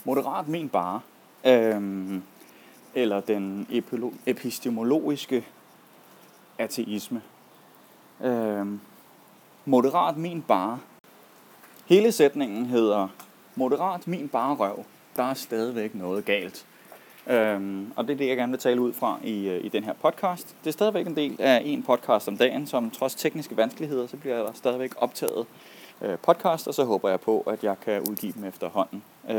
Moderat men bare, eller den epistemologiske ateisme. Moderat men bare. Hele sætningen hedder, moderat min bare røv, der er stadigvæk noget galt. Og det er det, jeg gerne vil tale ud fra i den her podcast. Det er stadigvæk en del af en podcast om dagen, som trods tekniske vanskeligheder, så bliver der stadigvæk optaget podcast, og så håber jeg på, at jeg kan udgive dem efterhånden.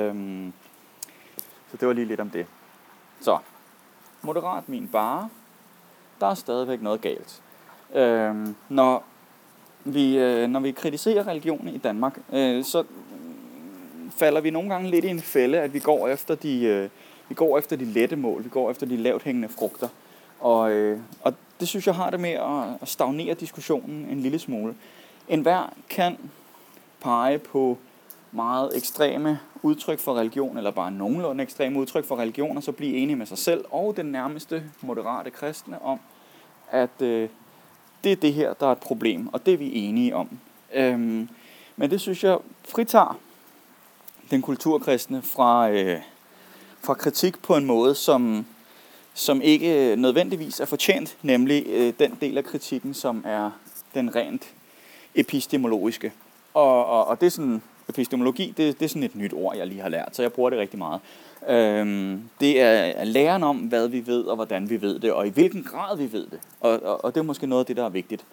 Så det var lige lidt om det. Så, moderat min bare, der er stadigvæk noget galt. Når vi kritiserer religionen i Danmark, så falder vi nogle gange lidt i en fælde, at vi går efter de lette mål, vi går efter de lavt hængende frugter. Og det synes jeg har det med at stagnere diskussionen en lille smule. Enhver kan pege på meget ekstreme udtryk for religion, eller bare nogenlunde ekstreme udtryk for religion, og så blive enig med sig selv og den nærmeste moderate kristne om, at det er det her, der er et problem, og det er vi enige om. Men det synes jeg fritager den kulturkristne fra kritik på en måde, som ikke nødvendigvis er fortjent, nemlig den del af kritikken, som er den rent epistemologiske. Og det er sådan, epistemologi, det er sådan et nyt ord, jeg lige har lært, så jeg bruger det rigtig meget. Det er læren om, hvad vi ved, og hvordan vi ved det, og i hvilken grad vi ved det. Og det er måske noget af det, der er vigtigt.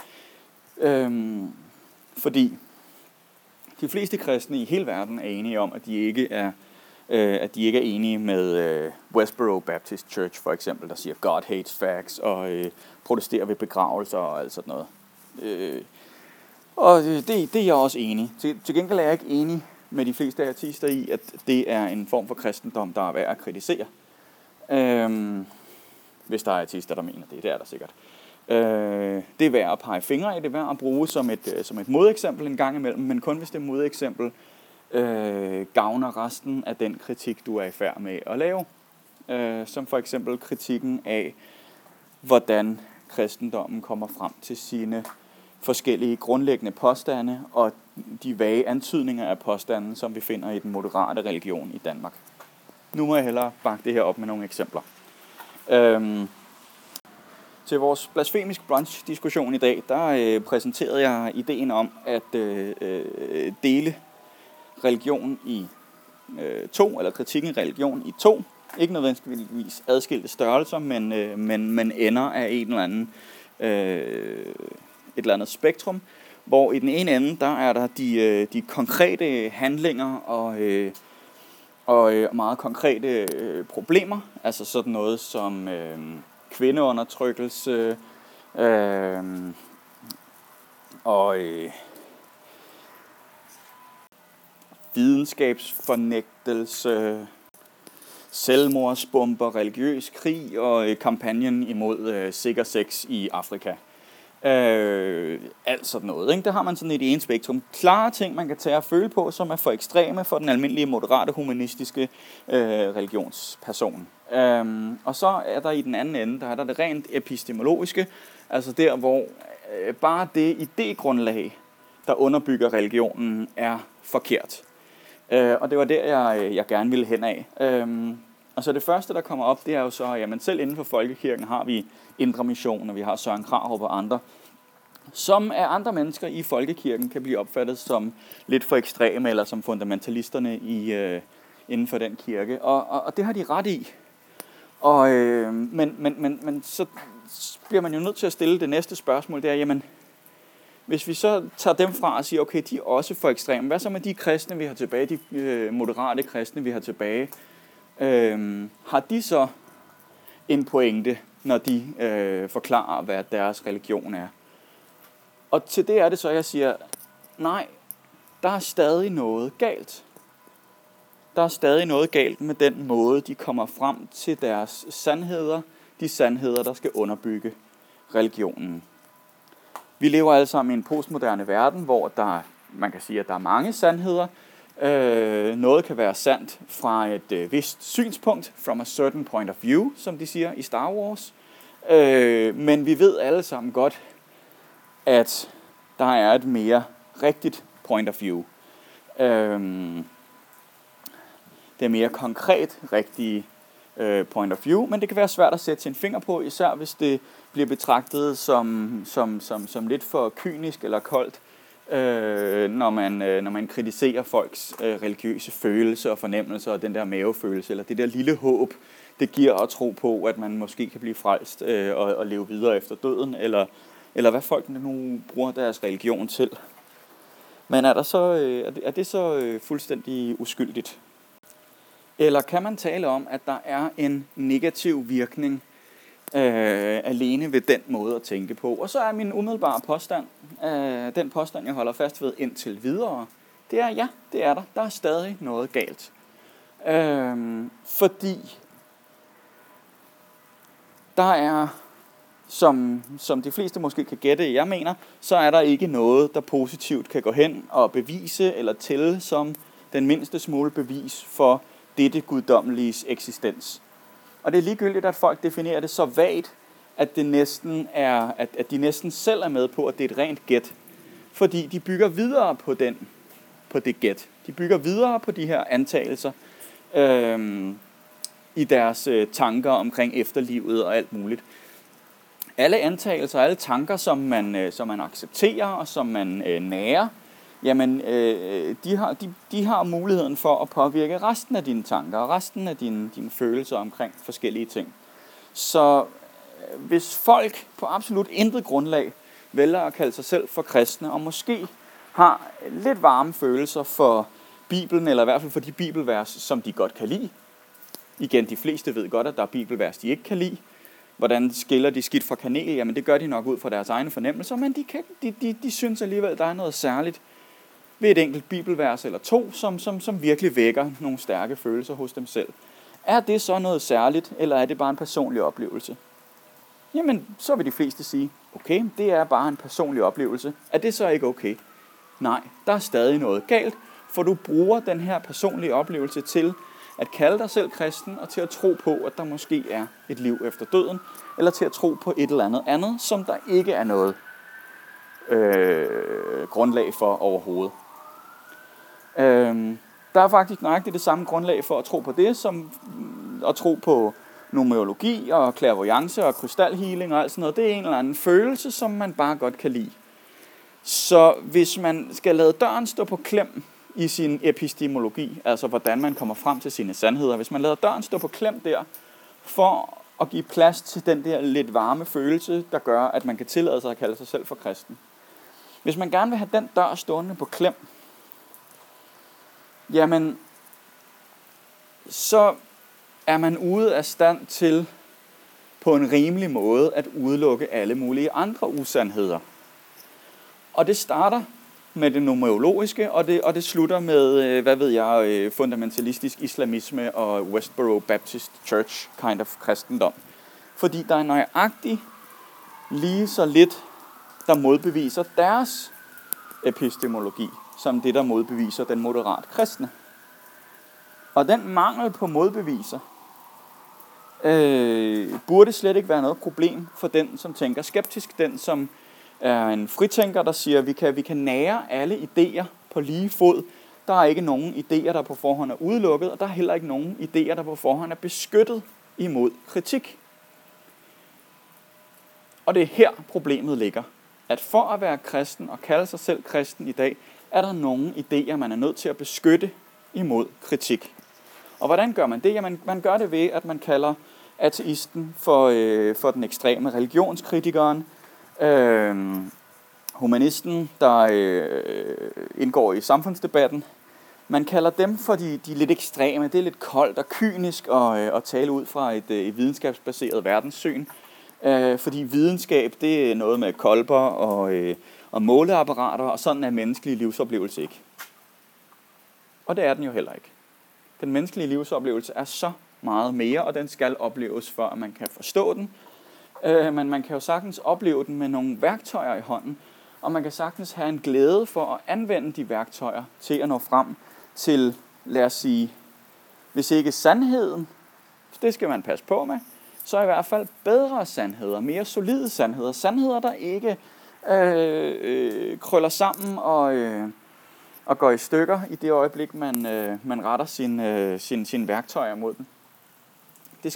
Fordi de fleste kristne i hele verden er enige om, at de ikke er enige med Westboro Baptist Church for eksempel, der siger God hates facts og protesterer ved begravelser og alt sådan noget. Og det er jeg også enig. Til gengæld er jeg ikke enig med de fleste ateister i, at det er en form for kristendom, der er værd at kritisere. Hvis der er ateister, der mener det er der sikkert. Det er værd at pege fingre i, det er værd at bruge som et modeksempel en gang imellem, men kun hvis det modeksempel gavner resten af den kritik, du er i færd med at lave. Som for eksempel kritikken af, hvordan kristendommen kommer frem til sine forskellige grundlæggende påstande og de vage antydninger af påstanden, som vi finder i den moderate religion i Danmark. Nu må jeg hellere bakke det her op med nogle eksempler. Til vores blasfemisk brunch-diskussion i dag, der præsenterede jeg ideen om at dele religion i to, eller kritikken af religion i to. Ikke nødvendigvis adskilte størrelser, men ender af et eller andet spektrum, hvor i den ene ende, der er der de konkrete handlinger og meget konkrete problemer, altså sådan noget som kvindeundertrykkelse og videnskabsfornægtelse, selvmordsbomber, religiøs krig og kampagnen imod sikker sex i Afrika. Alt sådan noget, ikke? Der har man sådan et ene spektrum. Klare ting, man kan tage og føle på, som er for ekstreme for den almindelige, moderate, humanistiske religionsperson. Og så er der i den anden ende, der er der det rent epistemologiske, altså der, hvor bare det idégrundlag, der underbygger religionen, er forkert. Og det var der, jeg gerne ville hen af. Og så det første, der kommer op, det er jo så, jamen selv inden for folkekirken har vi Indre Mission, og vi har Søren Krarup og andre, som af andre mennesker i folkekirken kan blive opfattet som lidt for ekstreme, eller som fundamentalisterne inden for den kirke. Og det har de ret i. Men så bliver man jo nødt til at stille det næste spørgsmål, det er, jamen, hvis vi så tager dem fra og siger, okay, de er også for ekstreme, hvad så med de kristne, vi har tilbage, de moderate kristne, vi har tilbage? Har de så en pointe, når de forklarer, hvad deres religion er? Og til det er det så, jeg siger, nej, der er stadig noget galt. Der er stadig noget galt med den måde, de kommer frem til deres sandheder, de sandheder, der skal underbygge religionen. Vi lever alle sammen i en postmoderne verden, hvor man kan sige, at der er mange sandheder. Noget kan være sandt fra et vist synspunkt, from a certain point of view, som de siger i Star Wars. Men vi ved alle sammen godt, at der er et mere rigtigt point of view. det mere konkret rigtige point of view, men det kan være svært at sætte sin finger på, især hvis det bliver betragtet som lidt for kynisk eller koldt, når man kritiserer folks religiøse følelser og fornemmelser og den der mavefølelse, eller det der lille håb, det giver at tro på, at man måske kan blive frelst og leve videre efter døden, eller hvad folk nu bruger deres religion til. Men er det så fuldstændig uskyldigt? Eller kan man tale om, at der er en negativ virkning alene ved den måde at tænke på? Og så er min umiddelbare påstand, den påstand jeg holder fast ved indtil videre, det er ja, det er der. Der er stadig noget galt. Fordi der er, som de fleste måske kan gætte, jeg mener, så er der ikke noget, der positivt kan gå hen og bevise eller tælle som den mindste smule bevis for dette guddommeliges eksistens. Og det er ligegyldigt, at folk definerer det så vagt, at det næsten er, at de næsten selv er med på, at det er et rent gæt. Fordi de bygger videre på det gæt. De bygger videre på de her antagelser i deres tanker omkring efterlivet og alt muligt. Alle antagelser, alle tanker, som man accepterer og som man nærer, jamen de har muligheden for at påvirke resten af dine tanker og resten af dine følelser omkring forskellige ting. Så hvis folk på absolut intet grundlag vælger at kalde sig selv for kristne, og måske har lidt varme følelser for Bibelen, eller i hvert fald for de bibelvers, som de godt kan lide. Igen, de fleste ved godt, at der er bibelvers, de ikke kan lide. Hvordan skiller de skidt fra kanel? Jamen det gør de nok ud fra deres egne fornemmelser, men de synes alligevel, at der er noget særligt ved et enkelt bibelvers eller to, som virkelig vækker nogle stærke følelser hos dem selv. Er det så noget særligt, eller er det bare en personlig oplevelse? Jamen, så vil de fleste sige, okay, det er bare en personlig oplevelse. Er det så ikke okay? Nej, der er stadig noget galt, for du bruger den her personlige oplevelse til at kalde dig selv kristen, og til at tro på, at der måske er et liv efter døden, eller til at tro på et eller andet, som der ikke er noget grundlag for overhovedet. Der er faktisk nøjagtigt det samme grundlag for at tro på det, som at tro på numerologi og clairvoyance og krystalhealing og alt sådan noget. Det er en eller anden følelse, som man bare godt kan lide. Så hvis man skal lade døren stå på klem i sin epistemologi, altså hvordan man kommer frem til sine sandheder, hvis man lader døren stå på klem der, for at give plads til den der lidt varme følelse, der gør, at man kan tillade sig at kalde sig selv for kristen. Hvis man gerne vil have den dør stående på klem, jamen, så er man ude af stand til på en rimelig måde at udelukke alle mulige andre usandheder. Og det starter med det numerologiske, og det slutter med, fundamentalistisk islamisme og Westboro Baptist Church kind of kristendom. Fordi der er nøjagtigt lige så lidt, der modbeviser deres epistemologi, som det, der modbeviser den moderat kristne. Og den mangel på modbeviser burde slet ikke være noget problem for den, som tænker skeptisk, den, som er en fritænker, der siger, at vi kan nære alle idéer på lige fod. Der er ikke nogen idéer, der på forhånd er udelukket, og der er heller ikke nogen idéer, der på forhånd er beskyttet imod kritik. Og det er her problemet ligger. At for at være kristen og kalde sig selv kristen i dag, er der nogle idéer, man er nødt til at beskytte imod kritik. Og hvordan gør man det? Jamen, man gør det ved, at man kalder ateisten for den ekstreme religionskritikeren, humanisten, der indgår i samfundsdebatten. Man kalder dem for de lidt ekstreme. Det er lidt koldt og kynisk at tale ud fra et videnskabsbaseret verdenssyn. Fordi videnskab, det er noget med kolber og måleapparater, og sådan er menneskelig livsoplevelse ikke. Og det er den jo heller ikke. Den menneskelige livsoplevelse er så meget mere, og den skal opleves, for at man kan forstå den. Men man kan jo sagtens opleve den med nogle værktøjer i hånden, og man kan sagtens have en glæde for at anvende de værktøjer til at nå frem til, lad os sige, hvis ikke sandheden, det skal man passe på med, så i hvert fald bedre sandheder, mere solide sandheder, sandheder, der ikke krøller sammen og går i stykker i det øjeblik, man retter sine værktøjer mod den. Det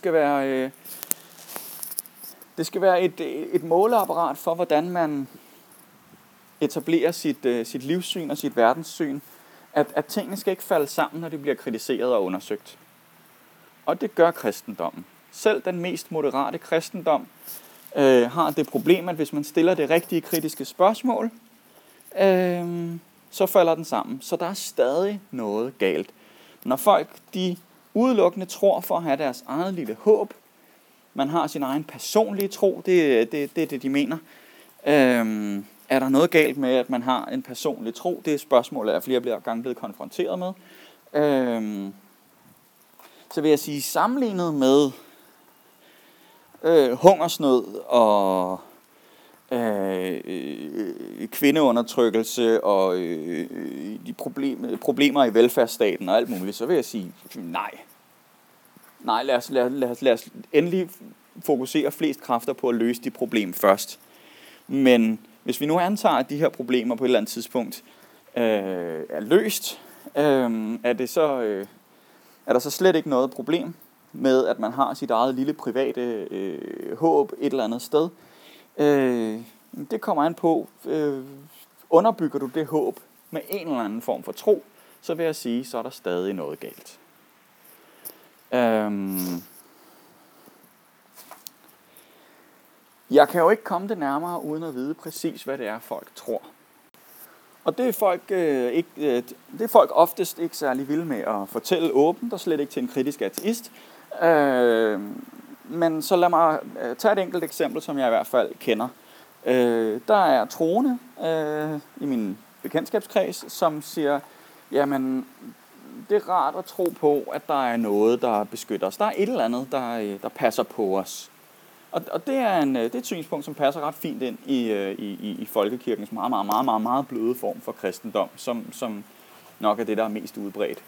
skal være et måleapparat for, hvordan man etablerer sit livssyn og sit verdenssyn. At tingene skal ikke falde sammen, når de bliver kritiseret og undersøgt. Og det gør kristendommen. Selv den mest moderate kristendom har det problem, at hvis man stiller det rigtige kritiske spørgsmål, så falder den sammen. Så der er stadig noget galt. Når folk de udelukkende tror for at have deres eget lille håb, man har sin egen personlige tro, det er det, de mener. Er der noget galt med, at man har en personlig tro? Det er spørgsmålet, jeg flere gange blevet konfronteret med. Så vil jeg sige, sammenlignet med hungersnød og kvindeundertrykkelse og de problemer i velfærdsstaten og alt muligt, så vil jeg sige nej. Nej, lad os endelig fokusere flest kræfter på at løse de problemer først. Men hvis vi nu antager, at de her problemer på et eller andet tidspunkt er løst, er der så slet ikke noget problem med, at man har sit eget lille private håb et eller andet sted. Det kommer an på, underbygger du det håb med en eller anden form for tro, så vil jeg sige, så er der stadig noget galt. Jeg kan jo ikke komme det nærmere, uden at vide præcis, hvad det er, folk tror. Og det er folk oftest ikke særlig vilde med at fortælle åbent, og slet ikke til en kritisk ateist. Men så lad mig tage et enkelt eksempel, som jeg i hvert fald kender. Der er troende i min bekendtskabskreds, som siger, jamen, det er rart at tro på, at der er noget, der beskytter os. Der er et eller andet, der passer på os. Og det er et synspunkt, som passer ret fint ind i folkekirkens meget bløde form for kristendom, som nok er det, der er mest udbredt.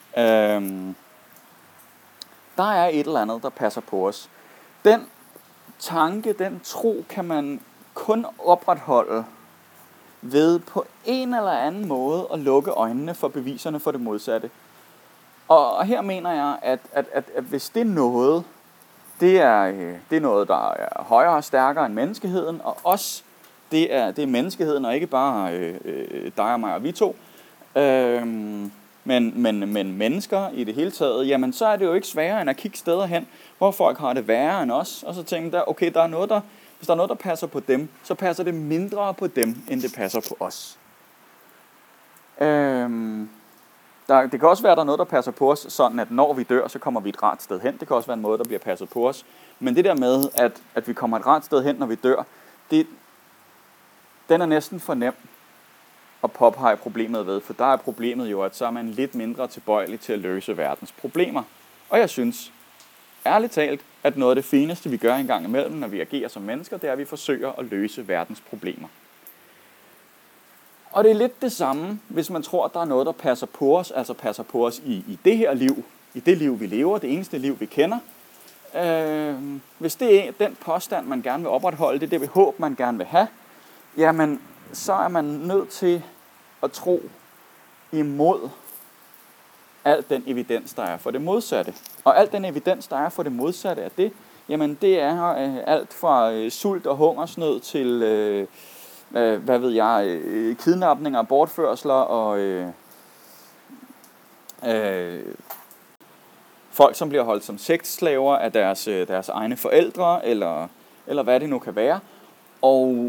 Der er et eller andet, der passer på os. Den tanke, den tro, kan man kun opretholde ved på en eller anden måde at lukke øjnene for beviserne for det modsatte. Og her mener jeg, at hvis det er noget, det er noget, der er højere og stærkere end menneskeheden, og os, det er menneskeheden, og ikke bare dig og mig og vi to, men mennesker i det hele taget, jamen så er det jo ikke sværere end at kigge steder hen, hvor folk har det værre end os, og så tænke der, okay, hvis der er noget, der passer på dem, så passer det mindre på dem, end det passer på os. Det kan også være, at der er noget, der passer på os, sådan at når vi dør, så kommer vi et rart sted hen. Det kan også være en måde, der bliver passet på os. Men det der med, at vi kommer et rart sted hen, når vi dør, den er næsten for nem at påpege problemet ved. For der er problemet jo, at så er man lidt mindre tilbøjelig til at løse verdens problemer. Og jeg synes, ærligt talt, at noget af det fineste, vi gør en gang imellem, når vi agerer som mennesker, det er, at vi forsøger at løse verdens problemer. Og det er lidt det samme, hvis man tror, at der er noget, der passer på os, altså passer på os i det her liv, i det liv, vi lever, det eneste liv, vi kender. Hvis det er den påstand, man gerne vil opretholde, det er det håb, man gerne vil have, jamen, så er man nødt til at tro imod al den evidens, der er for det modsatte. Og al den evidens, der er for det modsatte af det, jamen det er alt fra sult og hungersnød til kidnapninger, bortførsler og folk, som bliver holdt som sexslaver af deres egne forældre, eller hvad det nu kan være. Og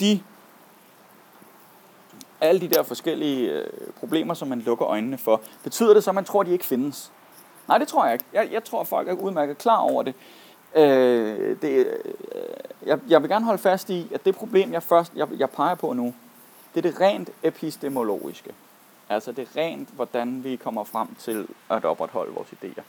alle de der forskellige problemer, som man lukker øjnene for, betyder det så, at man tror, de ikke findes? Nej, det tror jeg ikke. Jeg tror, folk er udmærket klar over det. Jeg vil gerne holde fast i, at det problem, jeg peger på nu, det er det rent epistemologiske. Altså det er rent, hvordan vi kommer frem til at opretholde vores idéer.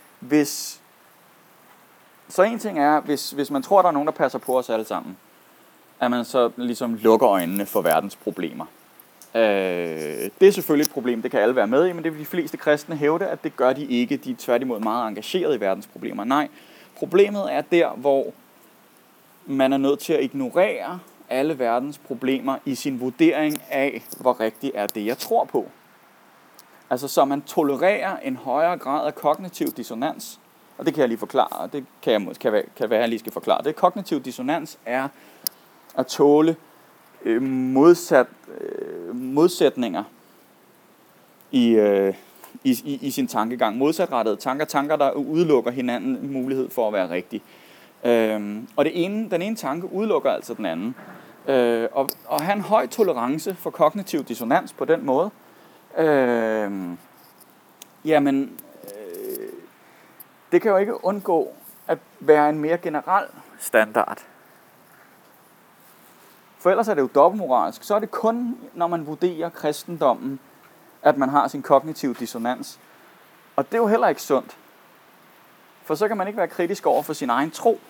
Så en ting er, hvis man tror, der er nogen, der passer på os alle sammen, at man så ligesom lukker øjnene for verdens problemer. Det er selvfølgelig et problem, det kan alle være med i, men det vil de fleste kristne hævde, at det gør de ikke. De er tværtimod meget engageret i verdens problemer. Nej, problemet er der, hvor man er nødt til at ignorere alle verdens problemer i sin vurdering af, hvor rigtigt er det, jeg tror på. Altså så man tolererer en højere grad af kognitiv dissonans. Og det kan jeg lige forklare, og det kan være, jeg lige skal forklare. Det kognitiv dissonans er at tåle modsætninger i sin tankegang. Modsatrettede tanker, der udelukker hinanden mulighed for at være rigtig. Og den ene tanke udelukker altså den anden. Og have en høj tolerance for kognitiv dissonans på den måde, det kan jo ikke undgå at være en mere generel standard. For ellers er det jo dobbeltmoralsk. Så er det kun, når man vurderer kristendommen, at man har sin kognitiv dissonans. Og det er jo heller ikke sundt. For så kan man ikke være kritisk over for sin egen tro.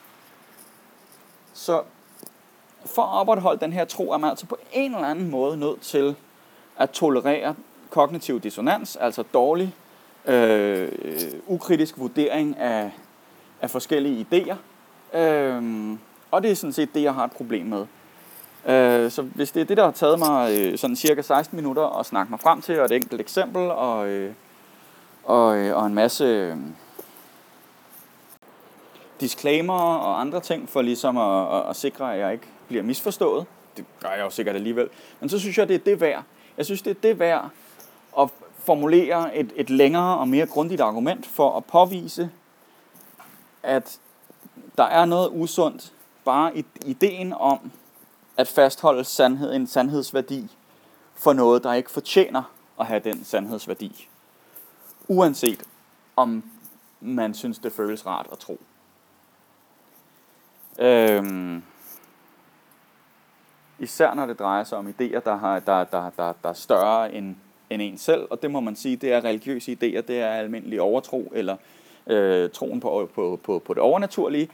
Så for at opretholde den her tro, er man altså på en eller anden måde nødt til at tolerere kognitiv dissonans, altså dårlig, ukritisk vurdering af forskellige idéer. Og det er sådan set det, jeg har et problem med. Så hvis det er det, der har taget mig sådan cirka 16 minutter at snakke mig frem til, og et enkelt eksempel, og en masse disclaimer og andre ting, for ligesom at sikre, at jeg ikke bliver misforstået. Det gør jeg jo sikkert alligevel. Men så synes jeg, det er det værd. Jeg synes, det er det værd at formulere et længere og mere grundigt argument for at påvise, at der er noget usundt bare i ideen om at fastholde en sandhedsværdi for noget, der ikke fortjener at have den sandhedsværdi. Uanset om man synes, det føles rart at tro. Især når det drejer sig om idéer, der er større end en selv, og det må man sige, det er religiøse idéer, det er almindelig overtro, eller troen på det overnaturlige.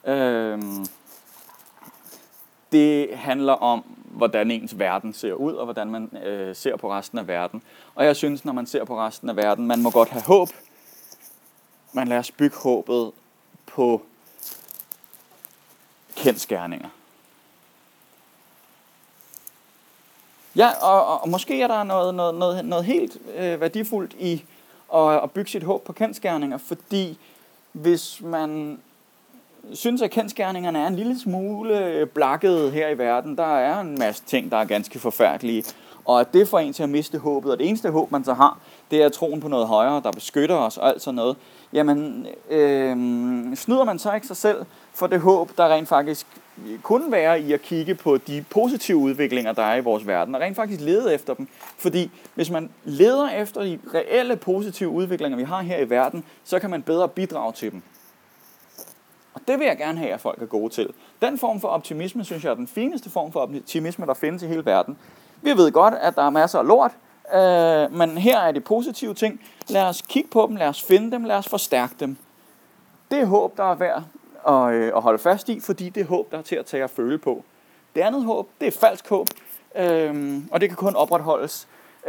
Det handler om, hvordan ens verden ser ud, og hvordan man ser på resten af verden. Og jeg synes, når man ser på resten af verden, man må godt have håb. Man lader os bygge håbet på kendsgerninger. Ja, og måske er der noget helt værdifuldt i at bygge sit håb på kendsgerninger, fordi hvis man synes, at kendsgerningerne er en lille smule blakket her i verden, der er en masse ting, der er ganske forfærdelige, og at det får en til at miste håbet, og det eneste håb, man så har, det er troen på noget højere, der beskytter os og alt sådan noget, jamen snyder man så ikke sig selv for det håb, der rent faktisk kunne være i at kigge på de positive udviklinger, der er i vores verden, og rent faktisk lede efter dem. Fordi hvis man leder efter de reelle positive udviklinger, vi har her i verden, så kan man bedre bidrage til dem. Og det vil jeg gerne have, at folk er gode til. Den form for optimisme, synes jeg, er den fineste form for optimisme, der findes i hele verden. Vi ved godt, at der er masser af lort, men her er det positive ting. Lad os kigge på dem, lad os finde dem, lad os forstærke dem. Det er håb, der er værd at holde fast i, fordi det er håb, der er til at tage og føle på. Det andet håb, det er falsk håb, og det kan kun opretholdes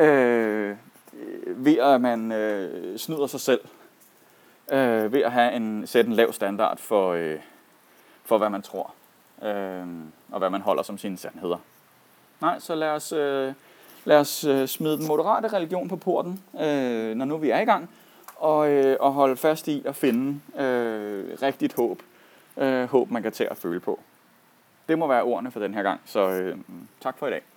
ved at man snyder sig selv. Ved at sætte en lav standard for hvad man tror, og hvad man holder som sine sandheder. Nej, så lad os smide den moderate religion på porten, når nu vi er i gang, og holde fast i at finde rigtigt håb. Håb, man kan tage at føle på. Det må være ordene for den her gang, så tak for i dag.